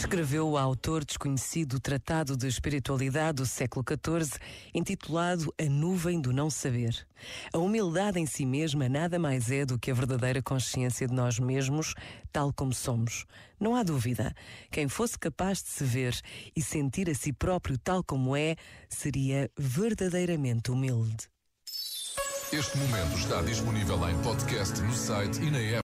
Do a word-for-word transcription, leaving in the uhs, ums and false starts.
Escreveu o autor desconhecido Tratado de Espiritualidade do século catorze, intitulado A Nuvem do Não Saber. A humildade em si mesma nada mais é do que a verdadeira consciência de nós mesmos, tal como somos. Não há dúvida, quem fosse capaz de se ver e sentir a si próprio tal como é, seria verdadeiramente humilde. Este momento está disponível em podcast no site e na app.